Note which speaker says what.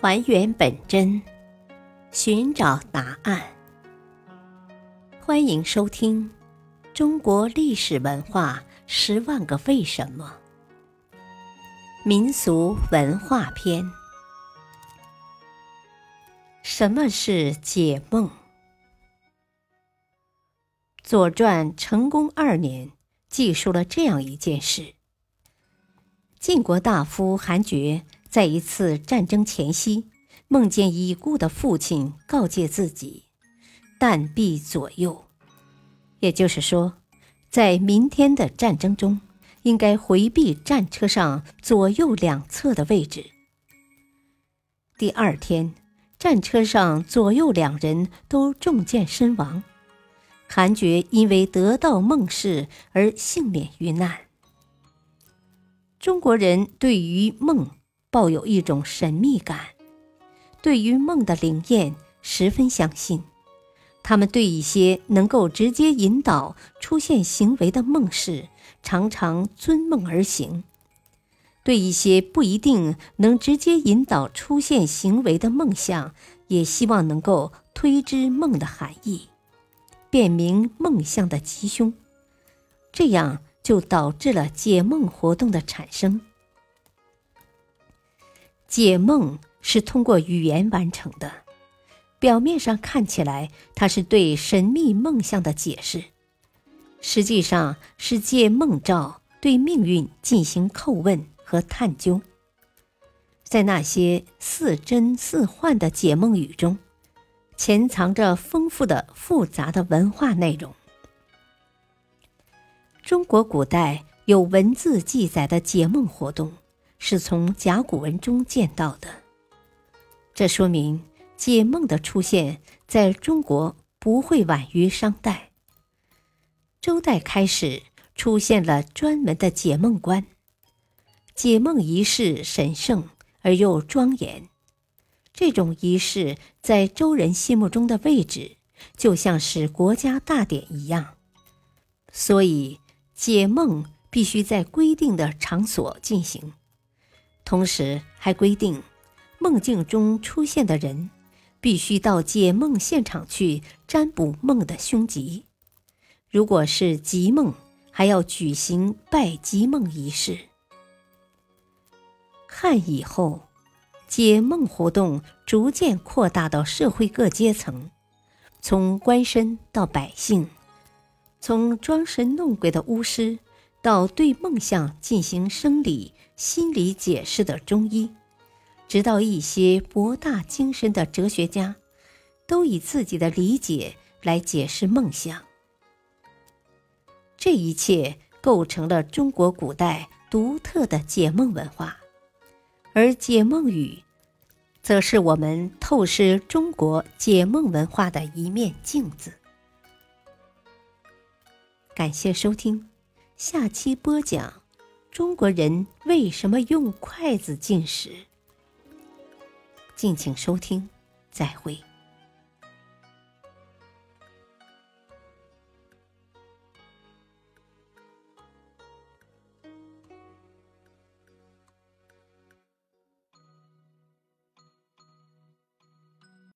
Speaker 1: 还原本真，寻找答案。欢迎收听《中国历史文化10万个为什么》民俗文化篇。什么是解梦？《左传》成公2年记述了这样一件事：晋国大夫韩厥在一次战争前夕，梦见已故的父亲告诫自己，但避左右，也就是说，在明天的战争中，应该回避战车上左右两侧的位置。第二天，战车上左右2人都中箭身亡，韩厥因为得到梦示而幸免于难。中国人对于梦抱有一种神秘感，对于梦的灵验十分相信，他们对一些能够直接引导出现行为的梦示常常遵梦而行，对一些不一定能直接引导出现行为的梦象，也希望能够推知梦的含义，辨明梦象的吉凶，这样就导致了解梦活动的产生。解梦是通过语言完成的，表面上看起来它是对神秘梦象的解释，实际上是借梦兆对命运进行叩问和探究。在那些似真似幻的解梦语中，潜藏着丰富的复杂的文化内容。中国古代有文字记载的解梦活动是从甲骨文中见到的，这说明解梦的出现在中国不会晚于商代。周代开始出现了专门的解梦官，解梦仪式神圣而又庄严，这种仪式在周人心目中的位置就像是国家大典一样，所以解梦必须在规定的场所进行，同时还规定梦境中出现的人必须到解梦现场去占卜梦的凶吉，如果是吉梦，还要举行拜吉梦仪式。汉以后，解梦活动逐渐扩大到社会各阶层，从官绅到百姓，从装神弄鬼的巫师到对梦象进行生理、心理解释的中医，直到一些博大精深的哲学家，都以自己的理解来解释梦象。这一切构成了中国古代独特的解梦文化，而解梦语则是我们透视中国解梦文化的一面镜子。感谢收听，下期播讲中国人为什么用筷子进食。敬请收听，再会。